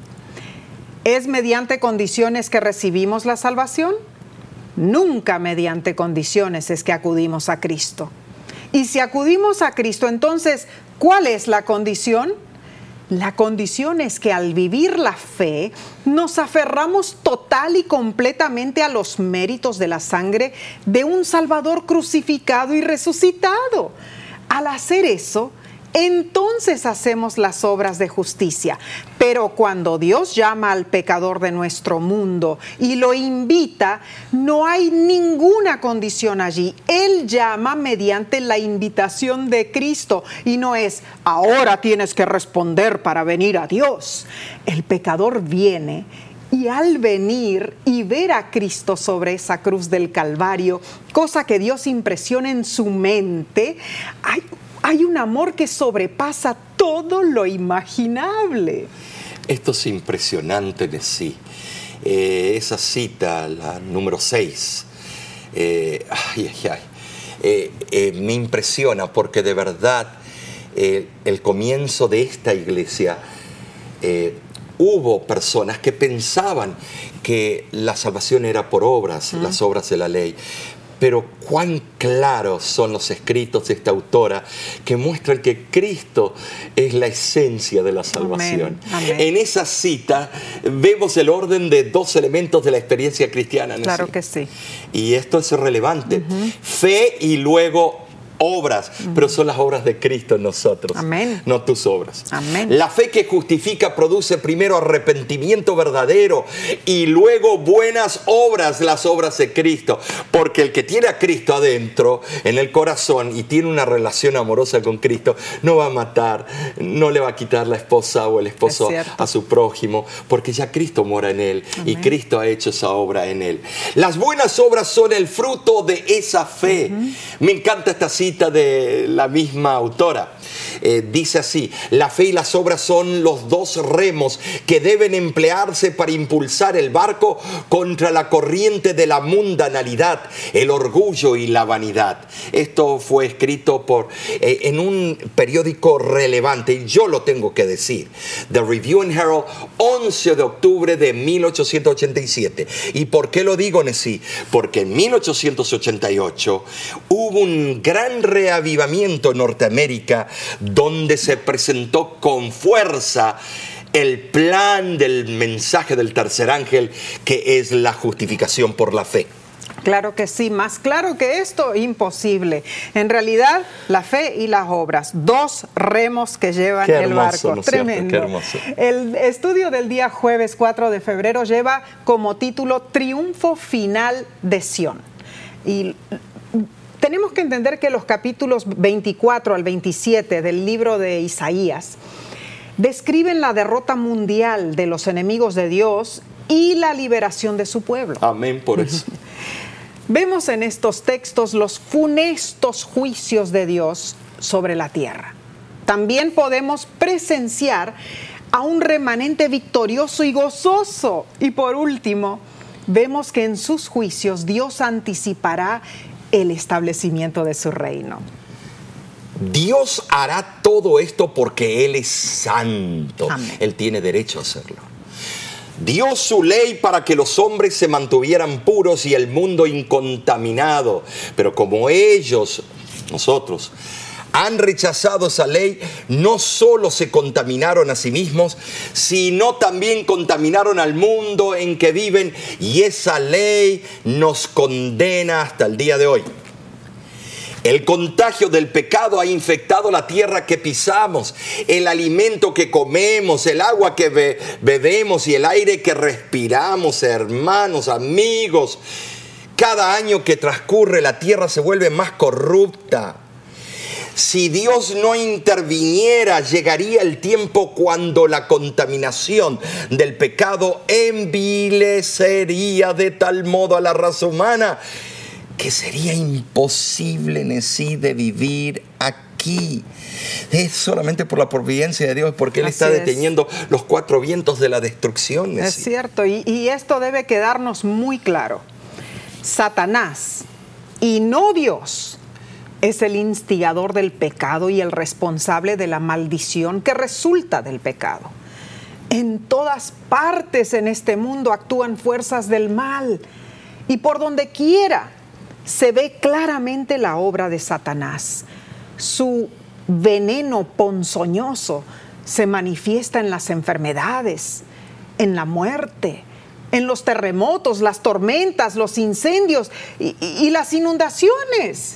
¿es mediante condiciones que recibimos la salvación? Nunca mediante condiciones es que acudimos a Cristo. Y si acudimos a Cristo, entonces, ¿cuál es la condición? La condición es que al vivir la fe, nos aferramos total y completamente a los méritos de la sangre de un Salvador crucificado y resucitado. Al hacer eso, entonces hacemos las obras de justicia. Pero cuando Dios llama al pecador de nuestro mundo y lo invita, no hay ninguna condición allí. Él llama mediante la invitación de Cristo y no es, ahora tienes que responder para venir a Dios. El pecador viene y al venir y ver a Cristo sobre esa cruz del Calvario, cosa que Dios impresiona en su mente, hay Hay un amor que sobrepasa todo lo imaginable. Esto es impresionante de sí. Eh, esa cita, la número seis, eh, ay, ay, ay, eh, eh, me impresiona porque de verdad eh, el comienzo de esta iglesia eh, hubo personas que pensaban que la salvación era por obras, mm. las obras de la ley. Pero cuán claros son los escritos de esta autora que muestran que Cristo es la esencia de la salvación. Amén. Amén. En esa cita vemos el orden de dos elementos de la experiencia cristiana. ¿No? Claro Sí. que sí. Y esto es relevante. Uh-huh. Fe y luego obras, uh-huh. pero son las obras de Cristo en nosotros, Amén. no tus obras. Amén. La fe que justifica produce primero arrepentimiento verdadero y luego buenas obras, las obras de Cristo, porque el que tiene a Cristo adentro, en el corazón, y tiene una relación amorosa con Cristo, no va a matar, no le va a quitar la esposa o el esposo a su prójimo, porque ya Cristo mora en él. Amén. Y Cristo ha hecho esa obra en él. Las buenas obras son el fruto de esa fe. Uh-huh. Me encanta esta cita de la misma autora. Eh, dice así: la fe y las obras son los dos remos que deben emplearse para impulsar el barco contra la corriente de la mundanalidad, el orgullo y la vanidad. Esto fue escrito por, eh, en un periódico relevante, y yo lo tengo que decir, The Review and Herald, once de octubre de mil ochocientos ochenta y siete. ¿Y por qué lo digo, Nesí? Porque en mil ochocientos ochenta y ocho hubo un gran reavivamiento en Norteamérica, donde se presentó con fuerza el plan del mensaje del tercer ángel, que es la justificación por la fe. Claro que sí, más claro que esto, imposible. En realidad, la fe y las obras, dos remos que llevan Qué hermoso, el barco. ¿no es Tremendo. cierto? Qué hermoso. El estudio del día jueves cuatro de febrero lleva como título Triunfo Final de Sión. Y tenemos que entender que los capítulos veinticuatro al veintisiete del libro de Isaías describen la derrota mundial de los enemigos de Dios y la liberación de su pueblo. Amén por eso. Vemos en estos textos los funestos juicios de Dios sobre la tierra. También podemos presenciar a un remanente victorioso y gozoso. Y por último, vemos que en sus juicios Dios anticipará el establecimiento de su reino. Dios hará todo esto porque Él es santo. Amén. Él tiene derecho a hacerlo. Dio su ley para que los hombres se mantuvieran puros y el mundo incontaminado. Pero como ellos, nosotros, han rechazado esa ley, no solo se contaminaron a sí mismos, sino también contaminaron al mundo en que viven, y esa ley nos condena hasta el día de hoy. El contagio del pecado ha infectado la tierra que pisamos, el alimento que comemos, el agua que be- bebemos y el aire que respiramos, hermanos, amigos. Cada año que transcurre, la tierra se vuelve más corrupta. Si Dios no interviniera, llegaría el tiempo cuando la contaminación del pecado envilecería de tal modo a la raza humana que sería imposible en sí de vivir aquí. Es solamente por la providencia de Dios, porque Él Así está es. deteniendo los cuatro vientos de la destrucción. Es sí. cierto, y, y esto debe quedarnos muy claro. Satanás, y no Dios, es el instigador del pecado y el responsable de la maldición que resulta del pecado. En todas partes en este mundo actúan fuerzas del mal, y por donde quiera se ve claramente la obra de Satanás. Su veneno ponzoñoso se manifiesta en las enfermedades, en la muerte, en los terremotos, las tormentas, los incendios y, y, y las inundaciones.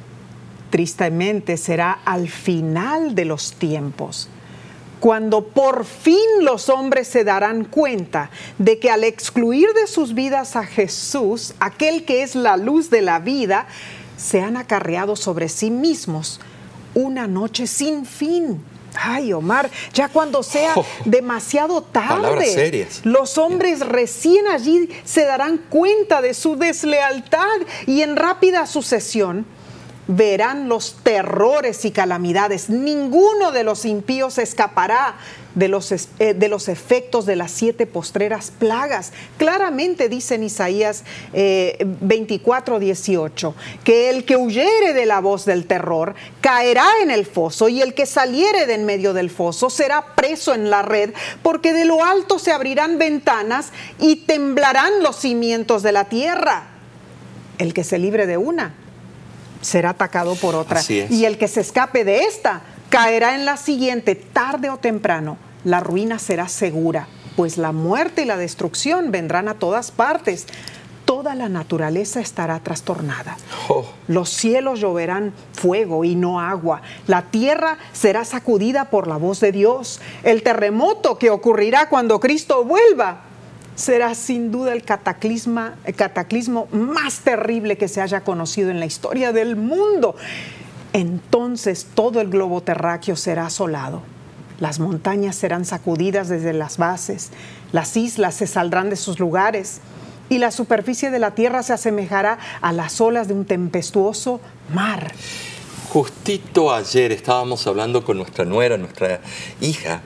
Tristemente será al final de los tiempos, cuando por fin los hombres se darán cuenta de que al excluir de sus vidas a Jesús, aquel que es la luz de la vida, se han acarreado sobre sí mismos una noche sin fin. Ay, Omar, ya cuando sea oh, demasiado tarde, los hombres recién allí se darán cuenta de su deslealtad y en rápida sucesión verán los terrores y calamidades. Ninguno de los impíos escapará de los, eh, de los efectos de las siete postreras plagas. Claramente dice en Isaías eh, veinticuatro, dieciocho, que el que huyere de la voz del terror caerá en el foso, y el que saliere de en medio del foso será preso en la red, porque de lo alto se abrirán ventanas y temblarán los cimientos de la tierra. El que se libre de una será atacado por otra, y el que se escape de esta caerá en la siguiente. Tarde o temprano la ruina será segura, pues la muerte y la destrucción vendrán a todas partes. Toda la naturaleza estará trastornada. Oh. Los cielos lloverán fuego y no agua. La tierra será sacudida por la voz de Dios. El terremoto que ocurrirá cuando Cristo vuelva será sin duda el cataclisma, el cataclismo más terrible que se haya conocido en la historia del mundo. Entonces todo el globo terráqueo será asolado. Las montañas serán sacudidas desde las bases, las islas se saldrán de sus lugares y la superficie de la tierra se asemejará a las olas de un tempestuoso mar. Justito ayer estábamos hablando con nuestra nuera, nuestra hija,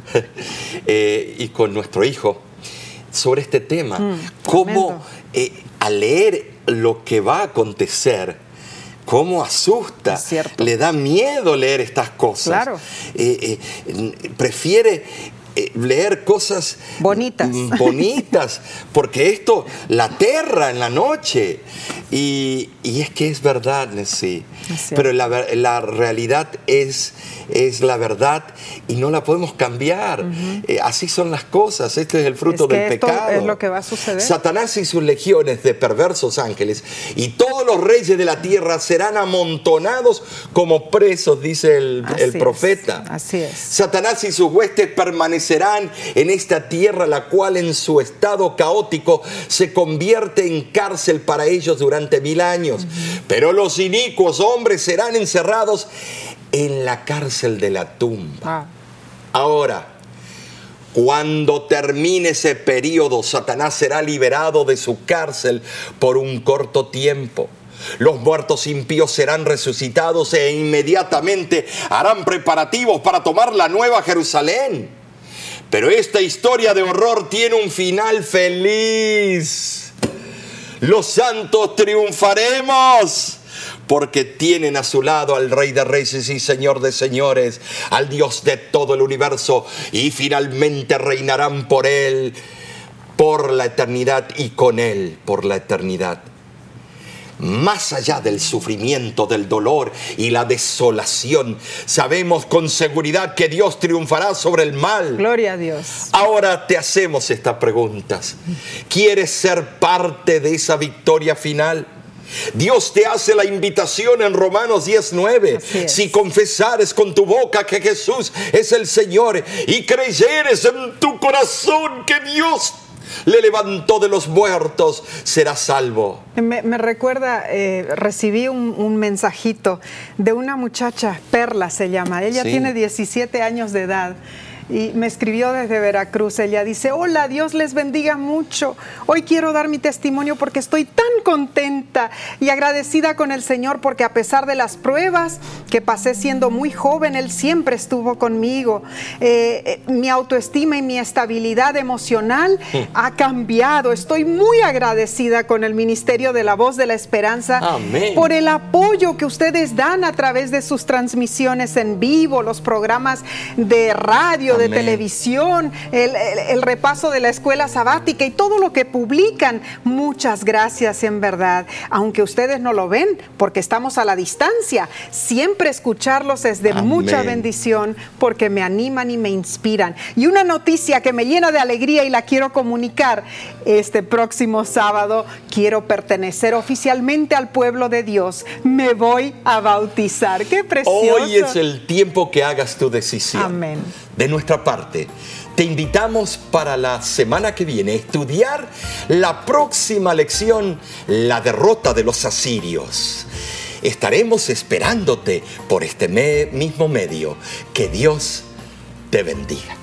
eh, y con nuestro hijo sobre este tema. Mm, cómo eh, al leer lo que va a acontecer, cómo asusta, le da miedo leer estas cosas. Claro. Eh, eh, prefiere eh, leer cosas bonitas. bonitas, porque esto la aterra en la noche. Y, y es que es verdad, sí. Pero la, la realidad es, es la verdad y no la podemos cambiar. Uh-huh. Eh, así son las cosas. Este es el fruto es que del esto pecado. Es lo que va a suceder. Satanás y sus legiones de perversos ángeles y todos los reyes de la tierra serán amontonados como presos, dice el, el profeta. Es, así es. Satanás y sus huestes permanecerán en esta tierra, la cual en su estado caótico se convierte en cárcel para ellos durante mil años. Uh-huh. Pero los inicuos hombres serán encerrados en la cárcel de la tumba. Ah. Ahora, cuando termine ese periodo, Satanás será liberado de su cárcel por un corto tiempo. Los muertos impíos serán resucitados e inmediatamente harán preparativos para tomar la nueva Jerusalén. Pero esta historia de horror tiene un final feliz. Los santos triunfaremos, porque tienen a su lado al Rey de Reyes y Señor de Señores, al Dios de todo el universo, y finalmente reinarán por Él, por la eternidad, y con Él por la eternidad. Más allá del sufrimiento, del dolor y la desolación, sabemos con seguridad que Dios triunfará sobre el mal. Gloria a Dios. Ahora te hacemos estas preguntas. ¿Quieres ser parte de esa victoria final? Dios te hace la invitación en Romanos diez nueve. Si confesares con tu boca que Jesús es el Señor y creyeres en tu corazón que Dios le levantó de los muertos, será salvo. Me, me recuerda, eh, recibí un, un mensajito de una muchacha, Perla se llama, ella sí. tiene diecisiete años de edad. Y me escribió desde Veracruz. Ella dice: hola, Dios les bendiga mucho. Hoy quiero dar mi testimonio porque estoy tan contenta y agradecida con el Señor, porque a pesar de las pruebas que pasé siendo muy joven, Él siempre estuvo conmigo. Eh, eh, mi autoestima y mi estabilidad emocional ha cambiado. Estoy muy agradecida con el Ministerio de la Voz de la Esperanza. Amén. Por el apoyo que ustedes dan a través de sus transmisiones en vivo, los programas de radio, radio, Amén. de televisión, el, el, el repaso de la escuela sabática y todo lo que publican. Muchas gracias, en verdad. Aunque ustedes no lo ven, porque estamos a la distancia, siempre escucharlos es de Amén. mucha bendición, porque me animan y me inspiran. Y una noticia que me llena de alegría y la quiero comunicar: este próximo sábado quiero pertenecer oficialmente al pueblo de Dios. Me voy a bautizar. ¡Qué precioso! Hoy es el tiempo que hagas tu decisión. Amén. De nuestra parte, te invitamos para la semana que viene a estudiar la próxima lección, la derrota de los asirios. Estaremos esperándote por este me- mismo medio. Que Dios te bendiga.